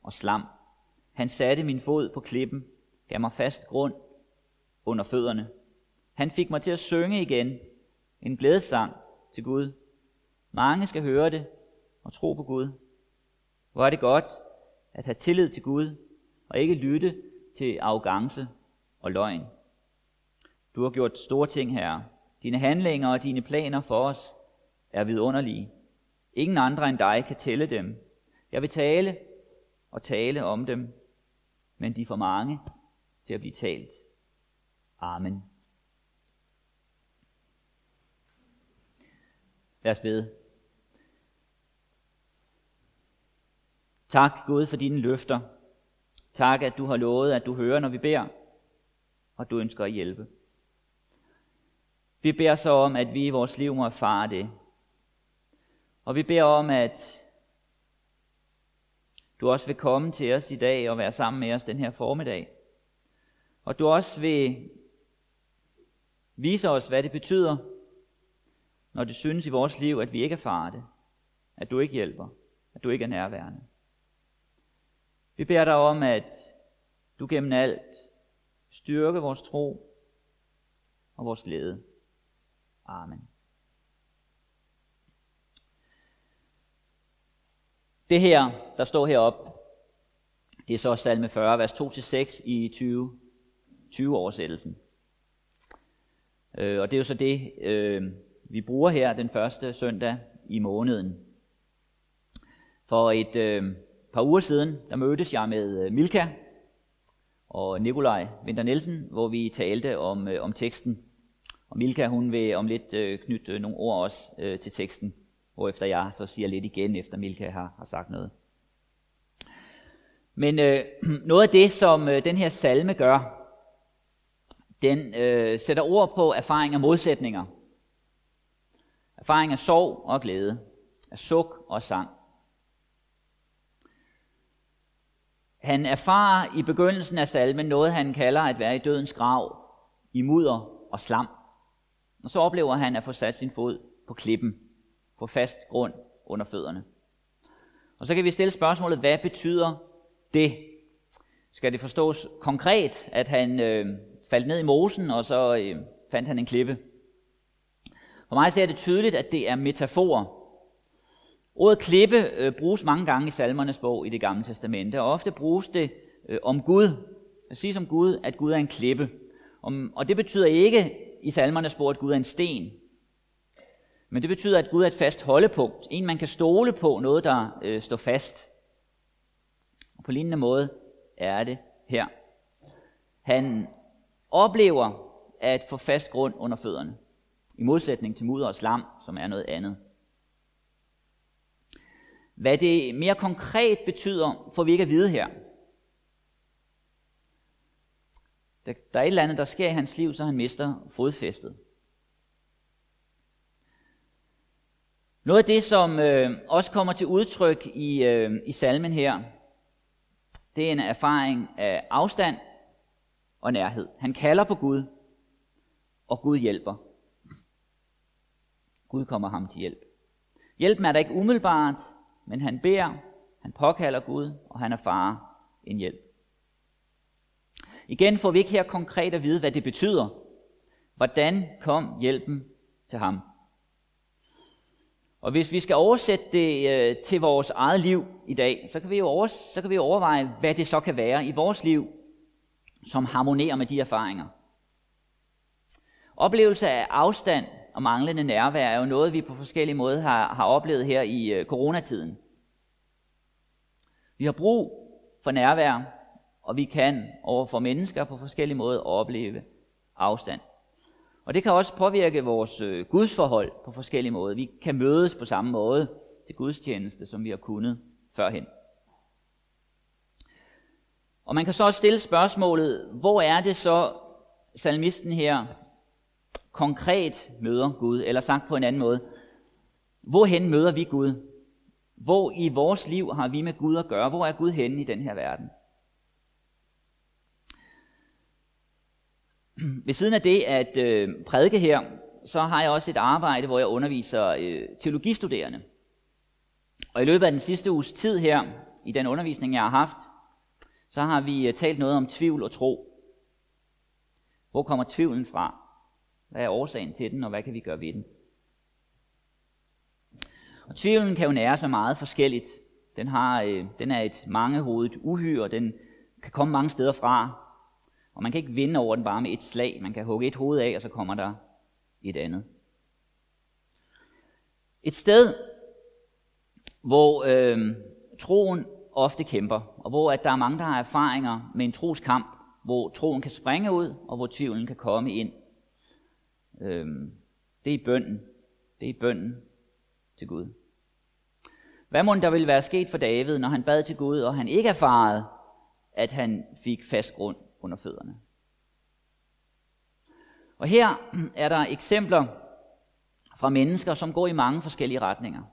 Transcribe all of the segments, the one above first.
og slam. Han satte min fod på klippen, gav mig fast grund under fødderne. Han fik mig til at synge igen, en glædessang til Gud. Mange skal høre det og tro på Gud. Hvor er det godt at have tillid til Gud og ikke lytte til arrogance og løgn. Du har gjort store ting, Herre. Dine handlinger og dine planer for os er vidunderlige. Ingen andre end dig kan tælle dem. Jeg vil tale og tale om dem, men de er for mange til at blive talt. Amen. Lad os bede. Tak, Gud, for dine løfter. Tak, at du har lovet, at du hører, når vi beder, og du ønsker at hjælpe. Vi beder så om, at vi i vores liv må erfare det. Og vi beder om, at du også vil komme til os i dag og være sammen med os den her formiddag. Og du også vil vise os, hvad det betyder, når det synes i vores liv, at vi ikke erfarer det. At du ikke hjælper. At du ikke er nærværende. Vi beder dig om, at du gennem alt styrker vores tro og vores glæde. Amen. Det her, der står heroppe, det er så salme 40, vers 2-6 i 2020-oversættelsen. Og det er jo så det, vi bruger her den første søndag i måneden. For et par uger siden, der mødtes jeg med Milka og Nikolaj Winter Nielsen, hvor vi talte om teksten. Og Milka, hun vil om lidt knytte nogle ord også til teksten, hvorefter jeg så siger lidt igen, efter Milka har sagt noget. Men noget af det, som den her salme gør, den sætter ord på erfaring af modsætninger. Erfaring af sorg og glæde, af suk og sang. Han erfarer i begyndelsen af salmen noget, han kalder at være i dødens grav, i mudder og slam. Og så oplever han at få sat sin fod på klippen, på fast grund under fødderne. Og så kan vi stille spørgsmålet, hvad betyder det? Skal det forstås konkret, at han faldt ned i mosen, og så fandt han en klippe? For mig så er det tydeligt, at det er metaforer. Ordet klippe bruges mange gange i salmernes bog i Det Gamle Testamente, og ofte bruges det om Gud. At sige som Gud, at Gud er en klippe. Og det betyder ikke i salmernes bog, at Gud er en sten. Men det betyder, at Gud er et fast holdepunkt. En, man kan stole på, noget der står fast. Og på lignende måde er det her. Han oplever at få fast grund under fødderne, i modsætning til mudder og slam, som er noget andet. Hvad det mere konkret betyder, får vi ikke at vide her. Der er et eller andet, der sker i hans liv, så han mister fodfæstet. Noget af det, som også kommer til udtryk i salmen her, det er en erfaring af afstand og nærhed. Han kalder på Gud, og Gud hjælper. Gud kommer ham til hjælp. Hjælpen er der ikke umiddelbart, men han beder, han påkalder Gud, og han erfarer en hjælp. Igen får vi ikke her konkret at vide, hvad det betyder. Hvordan kom hjælpen til ham? Og hvis vi skal oversætte det til vores eget liv i dag, så kan vi overveje, hvad det så kan være i vores liv, som harmonerer med de erfaringer. Oplevelse af afstand og manglende nærvær er jo noget, vi på forskellige måder har oplevet her i coronatiden. Vi har brug for nærvær, og vi kan overfor mennesker på forskellige måder opleve afstand. Og det kan også påvirke vores gudsforhold på forskellige måder. Vi kan mødes på samme måde til gudstjeneste, som vi har kunnet førhen. Og man kan så også stille spørgsmålet, hvor er det så salmisten her konkret møder Gud, eller sagt på en anden måde, hvorhen møder vi Gud? Hvor i vores liv har vi med Gud at gøre? Hvor er Gud henne i den her verden? Ved siden af det at prædike her, så har jeg også et arbejde, hvor jeg underviser teologistuderende. Og i løbet af den sidste uges tid her, i den undervisning, jeg har haft, så har vi talt noget om tvivl og tro. Hvor kommer tvivlen fra? Hvad er årsagen til den, og hvad kan vi gøre ved den? Og tvivlen kan jo nære sig meget forskelligt. Den er et mangehovedet uhyre, den kan komme mange steder fra, og man kan ikke vinde over den bare med et slag. Man kan hugge et hoved af, og så kommer der et andet. Et sted, hvor troen ofte kæmper, og hvor at der er mange, der har erfaringer med en troskamp, hvor troen kan springe ud, og hvor tvivlen kan komme ind. Det er i bønnen. Det er i bønnen til Gud. Hvad må der ville være sket for David, når han bad til Gud, og han ikke erfarede, at han fik fast grund under fødderne? Og her er der eksempler fra mennesker, som går i mange forskellige retninger.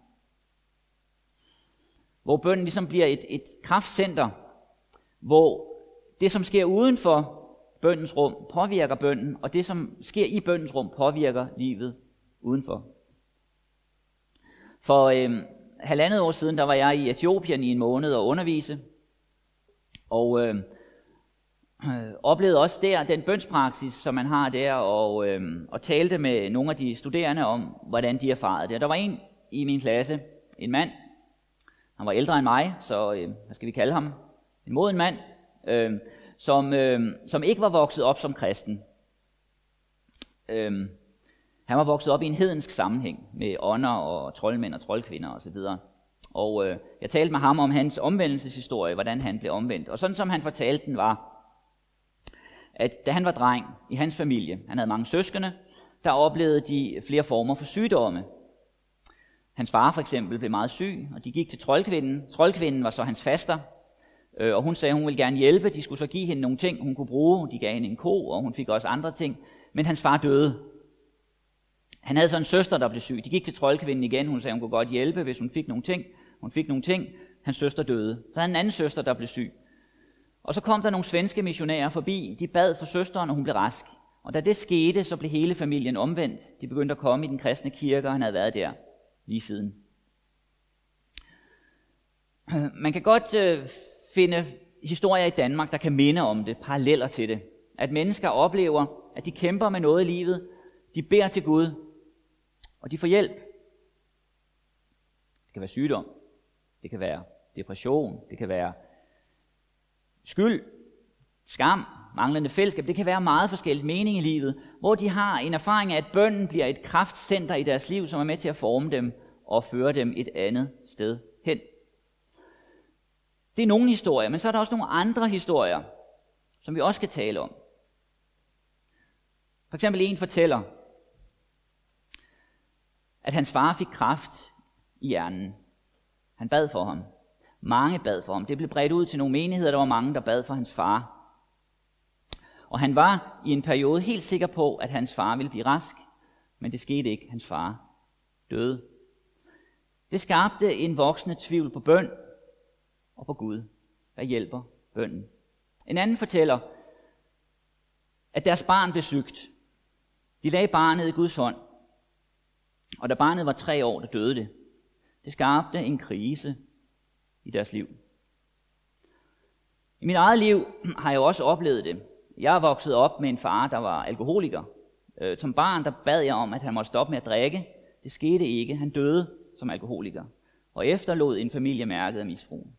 Hvor bønnen ligesom bliver et kraftcenter, hvor det, som sker uden for bønnens rum, påvirker bønnen, og det, som sker i bønnens rum, påvirker livet udenfor. For 1,5 år siden, der var jeg i Etiopien i en måned og undervise, og oplevede også der den bønspraksis, som man har der, og talte med nogle af de studerende om, hvordan de erfarede det. Der var en i min klasse, en mand, han var ældre end mig, så hvad skal vi kalde ham? En moden mand, som ikke var vokset op som kristen. Han var vokset op i en hedensk sammenhæng med ånder og troldmænd og troldkvinder osv. Og jeg talte med ham om hans omvendelseshistorie, hvordan han blev omvendt. Og sådan som han fortalte den var, at da han var dreng i hans familie, han havde mange søskende, der oplevede de flere former for sygdomme. Hans far for eksempel blev meget syg, og de gik til troldkvinden. Troldkvinden var så hans faster, og hun sagde, at hun ville gerne hjælpe. De skulle så give hende nogle ting, hun kunne bruge. De gav hende en ko, og hun fik også andre ting. Men hans far døde. Han havde så en søster, der blev syg. De gik til troldkvinden igen. Hun sagde, hun kunne godt hjælpe, hvis hun fik nogle ting. Hun fik nogle ting. Hans søster døde. Så havde en anden søster, der blev syg. Og så kom der nogle svenske missionærer forbi. De bad for søsteren, og hun blev rask. Og da det skete, så blev hele familien omvendt. De begyndte at komme i den kristne kirke, og han havde været der lige siden. Man kan godt finde historier i Danmark, der kan minde om det, paralleller til det. At mennesker oplever, at de kæmper med noget i livet. De beder til Gud, og de får hjælp. Det kan være sygdom, det kan være depression, det kan være skyld, skam, manglende fællesskab. Det kan være meget forskelligt mening i livet, hvor de har en erfaring af, at bønnen bliver et kraftcenter i deres liv, som er med til at forme dem og føre dem et andet sted hen. Det er nogle historier, men så er der også nogle andre historier, som vi også skal tale om. For eksempel en fortæller, at hans far fik kræft i hjernen. Han bad for ham. Mange bad for ham. Det blev bredt ud til nogle menigheder, der var mange, der bad for hans far. Og han var i en periode helt sikker på, at hans far ville blive rask, men det skete ikke. Hans far døde. Det skabte en voksende tvivl på bøn og på Gud. Hvad hjælper bønnen? En anden fortæller, at deres barn blev sygt. De lagde barnet i Guds hånd, og da barnet var 3 år, der døde det. Det skabte en krise i deres liv. I mit eget liv har jeg også oplevet det. Jeg er vokset op med en far, der var alkoholiker. Som barn der bad jeg om, at han måtte stoppe med at drikke. Det skete ikke. Han døde som alkoholiker, og efterlod en familie mærket af misbrug.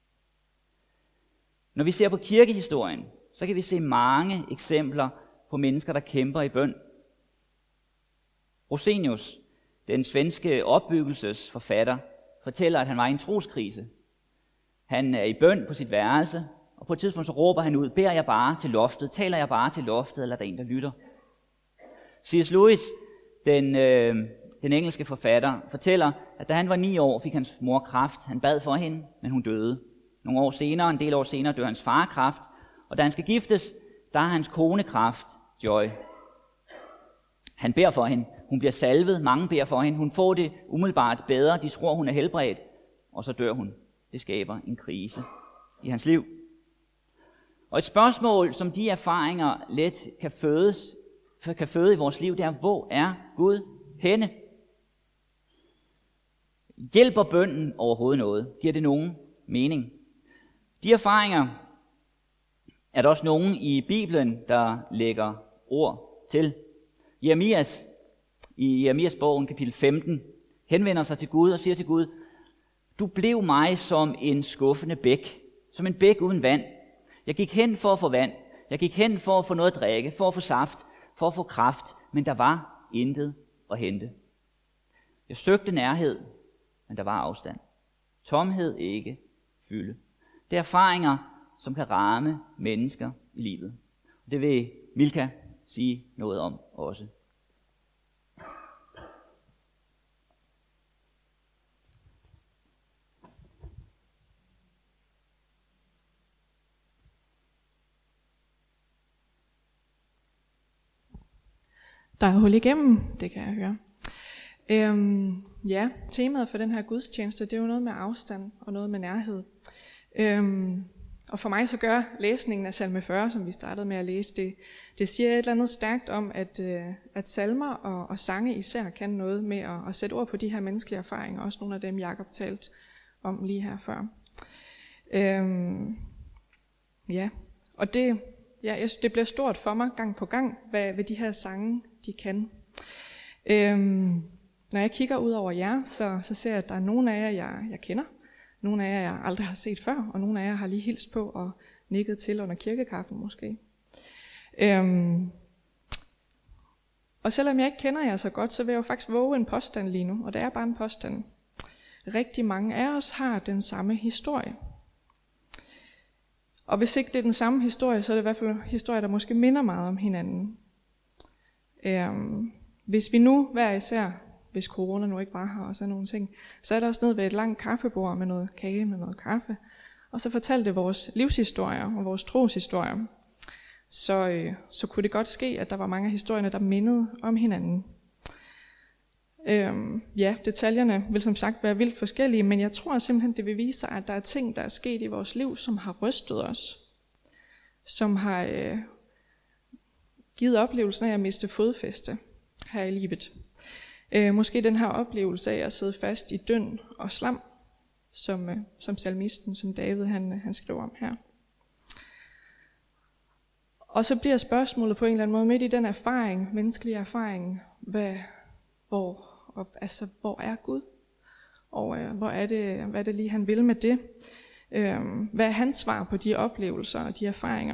Når vi ser på kirkehistorien, så kan vi se mange eksempler på mennesker, der kæmper i bøn. Rosenius, den svenske opbyggelsesforfatter, fortæller, at han var i en troskrise. Han er i bøn på sit værelse, og på et tidspunkt så råber han ud, beder jeg bare til loftet, taler jeg bare til loftet, eller er der en, der lytter? C.S. Lewis, den engelske forfatter, fortæller, at da han var 9 år, fik hans mor kræft. Han bad for hende, men hun døde. En del år senere, dør hans far kræft, og da han skal giftes, der har hans kone kræft, Joy. Han beder for hende, hun bliver salvet, mange beder for hende, hun får det umiddelbart bedre, de tror, hun er helbredt, og så dør hun. Det skaber en krise i hans liv. Og et spørgsmål, som de erfaringer let kan føde i vores liv, det er, hvor er Gud henne? Hjælper bønnen overhovedet noget? Giver det nogen mening? De erfaringer er der også nogen i Bibelen, der lægger ord til. I Jeremias bogen, kapitel 15, henvender sig til Gud og siger til Gud, du blev mig som en skuffende bæk, som en bæk uden vand. Jeg gik hen for at få vand. Jeg gik hen for at få noget at drikke, for at få saft, for at få kraft, men der var intet at hente. Jeg søgte nærhed, men der var afstand. Tomhed ikke fylde. Det er erfaringer, som kan ramme mennesker i livet. Det vil Milka sige noget om også. Der er hul igennem, det kan jeg høre. Temaet for den her gudstjeneste, det er jo noget med afstand og noget med nærhed. Og for mig så gør læsningen af salme 40, som vi startede med at læse, det siger et eller andet stærkt om, at salmer og sange især kan noget med at sætte ord på de her menneskelige erfaringer, også nogle af dem, Jakob talte om lige her før. Og det bliver stort for mig gang på gang, hvad de her sange, de kan. Når jeg kigger ud over jer, så ser jeg, at der er nogle af jer, jeg kender. Nogle af jer, jeg aldrig har set før, og nogle af jer har lige hilst på og nikket til under kirkekaffen måske. Og selvom jeg ikke kender jer så godt, så vil jeg jo faktisk våge en påstand lige nu, og det er bare en påstand. Rigtig mange af os har den samme historie. Og hvis ikke det er den samme historie, så er det i hvert fald historier, der måske minder meget om hinanden. Hvis vi nu hver især, hvis corona nu ikke var her og sådan nogle ting, så er der også nede ved et langt kaffebord med noget kage, med noget kaffe, og så fortalte vores livshistorier og vores troshistorier, så kunne det godt ske, at der var mange af historierne, der mindede om hinanden. Detaljerne vil som sagt være vildt forskellige, men jeg tror simpelthen, det vil vise sig, at der er ting, der er sket i vores liv, som har rystet os, som har givet oplevelsen af at miste fodfæste her i livet. Måske den her oplevelse af at sidde fast i døn og slam, som salmisten, som David han skriver om her. Og så bliver spørgsmålet på en eller anden måde midt i den erfaring, menneskelige erfaring, hvor er Gud? Og hvad er det lige, han vil med det? Hvad er hans svar på de oplevelser og de erfaringer?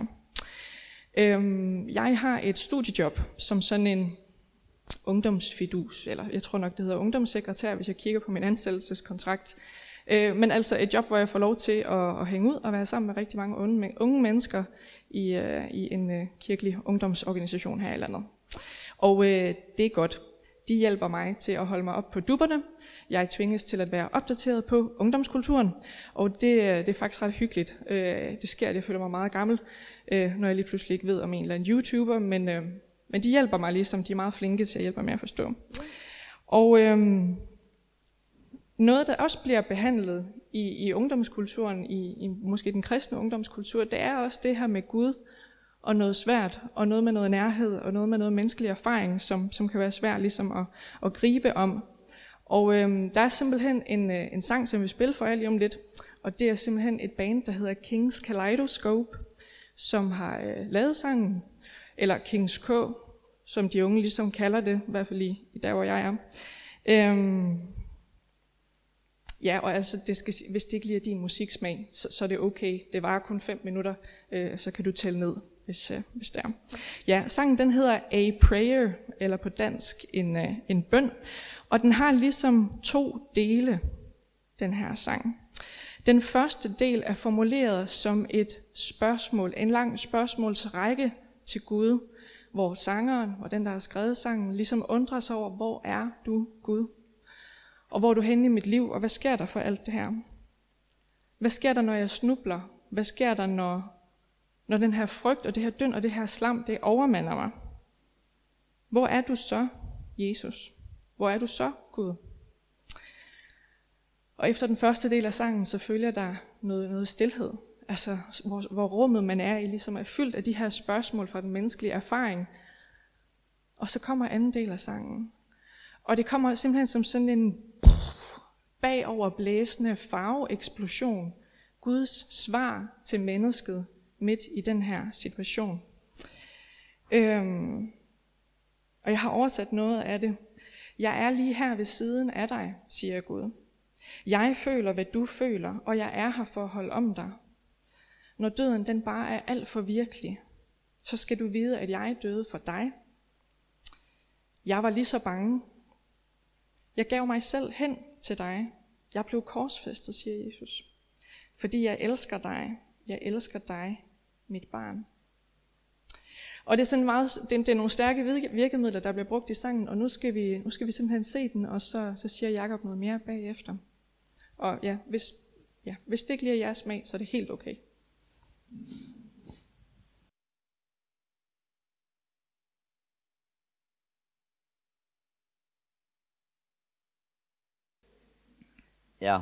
Jeg har et studiejob som sådan en ungdomsfidus, eller jeg tror nok, det hedder ungdomssekretær, hvis jeg kigger på min ansættelseskontrakt. Men altså et job, hvor jeg får lov til at hænge ud og være sammen med rigtig mange unge mennesker i en kirkelig ungdomsorganisation her i landet. Og det er godt. De hjælper mig til at holde mig op på dupperne. Jeg tvinges til at være opdateret på ungdomskulturen, og det er faktisk ret hyggeligt. Det sker, at jeg føler mig meget gammel, når jeg lige pludselig ikke ved om en eller anden YouTuber, men de hjælper mig ligesom, de er meget flinke til at hjælpe mig med at forstå. Og noget, der også bliver behandlet i ungdomskulturen, i måske den kristne ungdomskultur, det er også det her med Gud, og noget svært, og noget med noget nærhed, og noget med noget menneskelig erfaring, som kan være svært ligesom at gribe om. Og der er simpelthen en sang, som vi spiller for jer lige om lidt, og det er simpelthen et band, der hedder Kings Kaleidoscope, som har lavet sangen, eller Kings K, som de unge ligesom kalder det, i hvert fald i der, hvor jeg er. Og altså, hvis det ikke lige er din musiksmag, så er det okay. Det varer kun 5 minutter, så kan du tælle ned, hvis det er. Ja, sangen den hedder A Prayer, eller på dansk en bøn. Og den har ligesom 2 dele, den her sang. Den første del er formuleret som et spørgsmål, en lang spørgsmålsrække til Gud, hvor sangeren og den, der har skrevet sangen, ligesom undrer sig over, hvor er du, Gud? Og hvor er du henne i mit liv, og hvad sker der for alt det her? Hvad sker der, når jeg snubler? Hvad sker der, når den her frygt og det her døn og det her slam, det overmander mig? Hvor er du så, Jesus? Hvor er du så, Gud? Og efter den første del af sangen, så følger der noget stilhed. Altså, hvor rummet man er i, ligesom er fyldt af de her spørgsmål fra den menneskelige erfaring. Og så kommer anden del af sangen. Og det kommer simpelthen som sådan en bagover blæsende farveeksplosion. Guds svar til mennesket midt i den her situation. Og jeg har oversat noget af det. Jeg er lige her ved siden af dig, siger Gud. Jeg føler, hvad du føler, og jeg er her for at holde om dig. Når døden den bare er alt for virkelig, så skal du vide, at jeg døde for dig. Jeg var lige så bange. Jeg gav mig selv hen til dig. Jeg blev korsfæstet, siger Jesus. Fordi jeg elsker dig. Jeg elsker dig, mit barn. Og det er sådan meget, det er nogle stærke virkemidler, der bliver brugt i sangen, og nu skal vi simpelthen se den, og så siger Jakob noget mere bagefter. Og ja, hvis det ikke lige er jeres smag, så er det helt okay. Ja,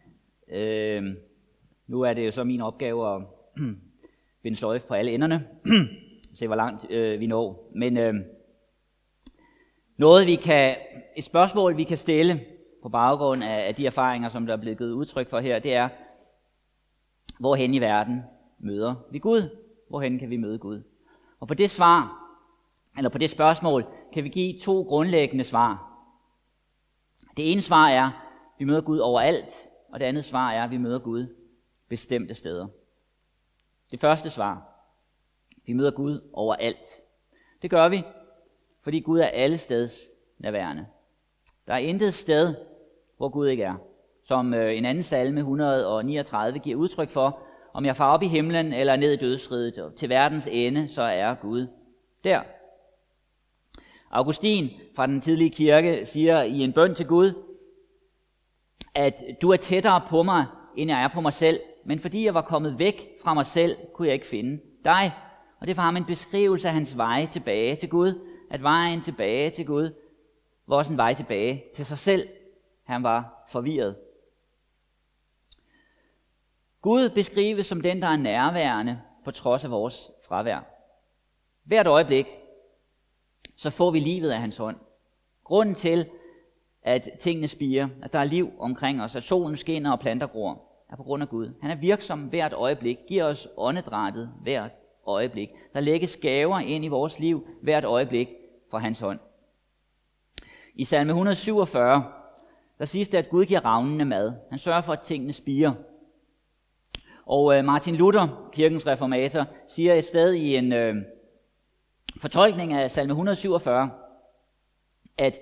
nu er det jo så min opgave at binde sløjfe på alle enderne, se hvor langt vi når. Men et spørgsmål vi kan stille på baggrund af de erfaringer, som der er blevet givet udtryk for her, det er, hvorhen i verden møder vi Gud? Hvorhen kan vi møde Gud? Og på det spørgsmål kan vi give 2 grundlæggende svar. Det ene svar er, vi møder Gud overalt, og det andet svar er, at vi møder Gud bestemte steder. Det første svar, vi møder Gud overalt. Det gør vi, fordi Gud er allesteds nærværende. Der er intet sted, hvor Gud ikke er. Som en anden salme, 139, giver udtryk for, om jeg farer op i himlen eller ned i dødsriget, og til verdens ende, så er Gud der. Augustin fra den tidlige kirke siger i en bøn til Gud, at du er tættere på mig, end jeg er på mig selv, men fordi jeg var kommet væk fra mig selv, kunne jeg ikke finde dig. Og det var ham en beskrivelse af hans vej tilbage til Gud, at vejen tilbage til Gud var også en vej tilbage til sig selv. Han var forvirret. Gud beskrives som den, der er nærværende på trods af vores fravær. Hvert øjeblik, så får vi livet af hans hånd. Grunden til, at tingene spirer, at der er liv omkring os, at solen skinner og planter gror, er på grund af Gud. Han er virksom hvert øjeblik, giver os åndedrættet hvert øjeblik. Der lægges gaver ind i vores liv hvert øjeblik fra hans hånd. I salme 147, der siges det, at Gud giver ravnene mad. Han sørger for, at tingene spirer. Og Martin Luther, kirkens reformator, siger et sted i en fortolkning af salme 147, at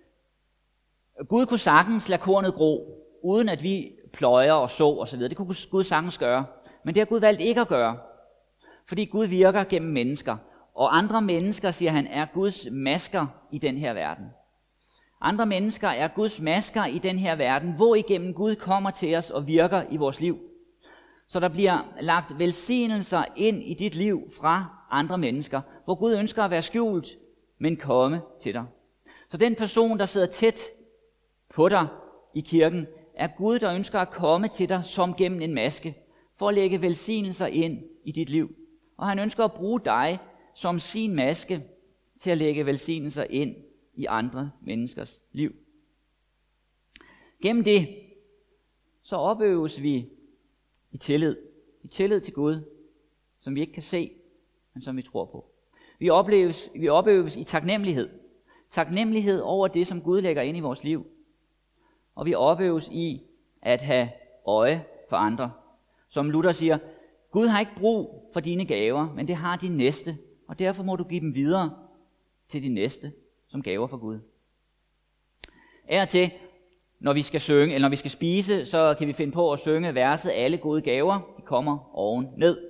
Gud kunne sagtens lade kornet gro, uden at vi pløjer og så osv. Det kunne Gud sagtens gøre. Men det har Gud valgt ikke at gøre, fordi Gud virker gennem mennesker. Og andre mennesker, siger han, er Guds masker i den her verden. Andre mennesker er Guds masker i den her verden, hvor igennem Gud kommer til os og virker i vores liv. Så der bliver lagt velsignelser ind i dit liv fra andre mennesker, hvor Gud ønsker at være skjult, men komme til dig. Så den person, der sidder tæt på dig i kirken, er Gud, der ønsker at komme til dig som gennem en maske, for at lægge velsignelser ind i dit liv. Og han ønsker at bruge dig som sin maske til at lægge velsignelser ind i andre menneskers liv. Gennem det, så opøves vi i tillid. I tillid til Gud, som vi ikke kan se, men som vi tror på. Vi opøves i taknemmelighed. Taknemmelighed over det, som Gud lægger ind i vores liv. Og vi opøves i at have øje for andre. Som Luther siger, Gud har ikke brug for dine gaver, men det har din næste, og derfor må du give dem videre til din næste som gaver fra Gud. Af og til, når vi skal synge, eller når vi skal spise, så kan vi finde på at synge verset, alle gode gaver, de kommer oven ned.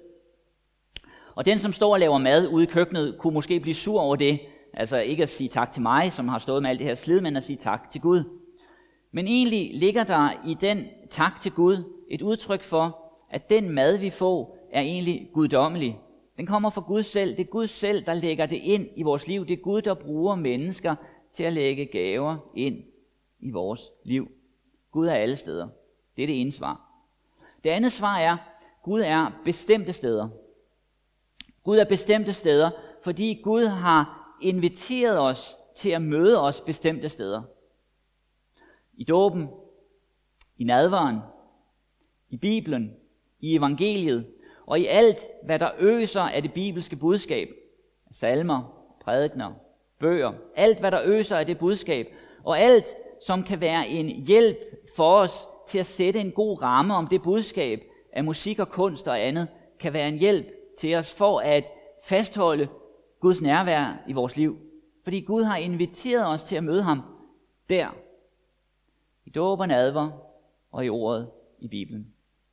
Og den, som står og laver mad ude i køkkenet, kunne måske blive sur over det. Altså ikke at sige tak til mig, som har stået med alt det her slid, men at sige tak til Gud. Men egentlig ligger der i den tak til Gud et udtryk for, at den mad, vi får, er egentlig guddommelig. Den kommer fra Gud selv. Det er Gud selv, der lægger det ind i vores liv. Det er Gud, der bruger mennesker til at lægge gaver ind i vores liv. Gud er alle steder. Det er det ene svar. Det andet svar er, Gud er bestemte steder. Gud er bestemte steder, fordi Gud har inviteret os til at møde os bestemte steder. I dåben, i nadveren, i Bibelen, i evangeliet og i alt, hvad der øser af det bibelske budskab. Salmer, prædikener, bøger, alt hvad der øser af det budskab, og alt som kan være en hjælp for os til at sætte en god ramme om det budskab af musik og kunst og andet, kan være en hjælp til os for at fastholde Guds nærvær i vores liv. Fordi Gud har inviteret os til at møde ham der, i dåb og nadver og i ordet i Bibelen.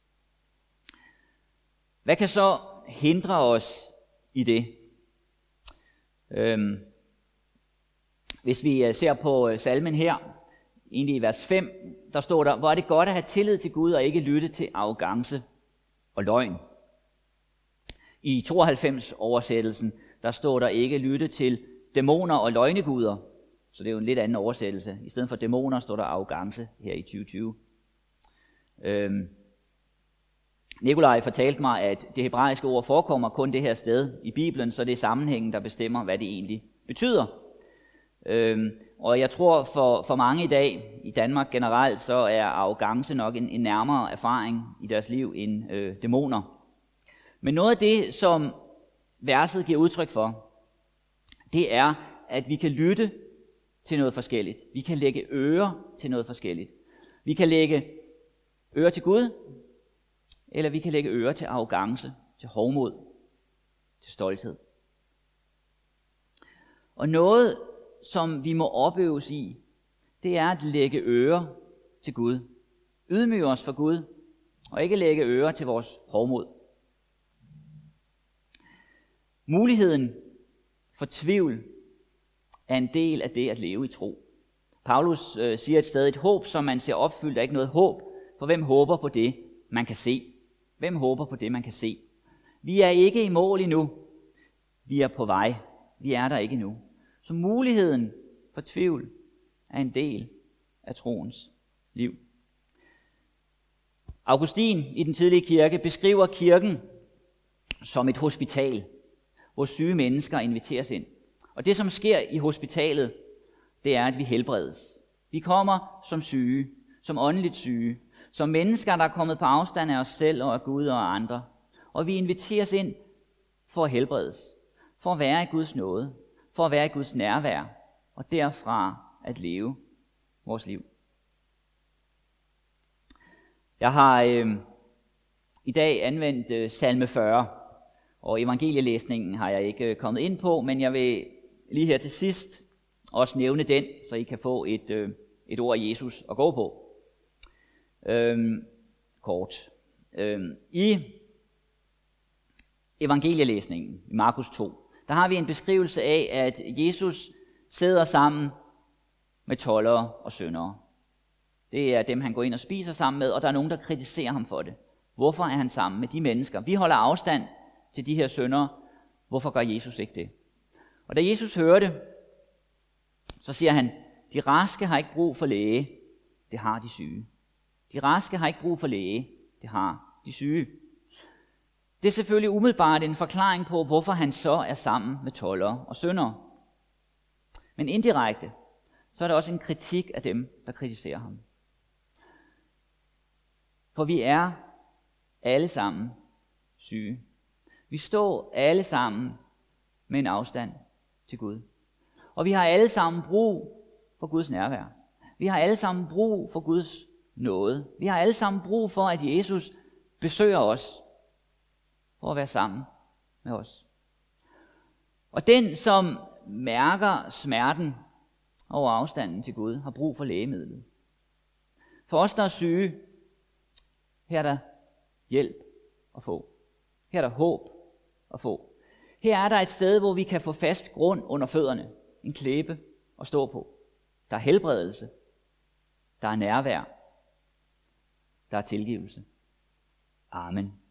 Hvad kan så hindre os i det? Hvis vi ser på salmen her, egentlig i vers 5, der står der, hvor er det godt at have tillid til Gud og ikke lytte til arrogance og løgn. I 92-oversættelsen, der står der ikke lytte til dæmoner og løgneguder, så det er jo en lidt anden oversættelse. I stedet for dæmoner står der arrogance her i 2020. Nikolaj fortalte mig, at det hebraiske ord forekommer kun det her sted i Bibelen, så det er sammenhængen, der bestemmer, hvad det egentlig betyder. Og jeg tror for mange i dag, i Danmark generelt, så er arrogance nok en nærmere erfaring i deres liv end dæmoner. Men noget af det, som verset giver udtryk for, det er, at vi kan lytte til noget forskelligt. Vi kan lægge øre til noget forskelligt. Vi kan lægge øre til Gud, eller vi kan lægge øre til arrogance, til hovmod, til stolthed. Og noget, som vi må opøves i, det er at lægge øre til Gud. Ydmyge os for Gud, og ikke lægge øre til vores hovmod. Muligheden for tvivl er en del af det at leve i tro. Paulus siger et sted, et håb, som man ser opfyldt, er ikke noget håb, for hvem håber på det, man kan se? Hvem håber på det, man kan se? Vi er ikke i mål endnu. Vi er på vej. Vi er der ikke endnu. Så muligheden for tvivl er en del af troens liv. Augustin i den tidlige kirke beskriver kirken som et hospital, hvor syge mennesker inviteres ind. Og det, som sker i hospitalet, det er, at vi helbredes. Vi kommer som syge, som åndeligt syge, som mennesker, der er kommet på afstand af os selv og af Gud og andre. Og vi inviteres ind for at helbredes, for at være i Guds nåde, for at være i Guds nærvær, og derfra at leve vores liv. Jeg har i dag anvendt salme 40, og evangelielæsningen har jeg ikke kommet ind på, men jeg vil lige her til sidst også nævne den, så I kan få et ord af Jesus at gå på. Kort. I evangelielæsningen i Markus 2, der har vi en beskrivelse af, at Jesus sidder sammen med toldere og syndere. Det er dem, han går ind og spiser sammen med, og der er nogen, der kritiserer ham for det. Hvorfor er han sammen med de mennesker? Vi holder afstand til de her syndere. Hvorfor gør Jesus ikke det? Og da Jesus hører det, så siger han, de raske har ikke brug for læge, det har de syge. De raske har ikke brug for læge, det har de syge. Det er selvfølgelig umiddelbart en forklaring på, hvorfor han så er sammen med toldere og syndere. Men indirekte, så er der også en kritik af dem, der kritiserer ham. For vi er alle sammen syge. Vi står alle sammen med en afstand til Gud. Og vi har alle sammen brug for Guds nærvær. Vi har alle sammen brug for Guds nåde. Vi har alle sammen brug for, at Jesus besøger os for at være sammen med os. Og den, som mærker smerten over afstanden til Gud, har brug for lægemidlet. For os, der er syge, her er der hjælp at få. Her er der håb at få. Her er der et sted, hvor vi kan få fast grund under fødderne. En klæbe at stå på. Der er helbredelse. Der er nærvær. Der er tilgivelse. Amen.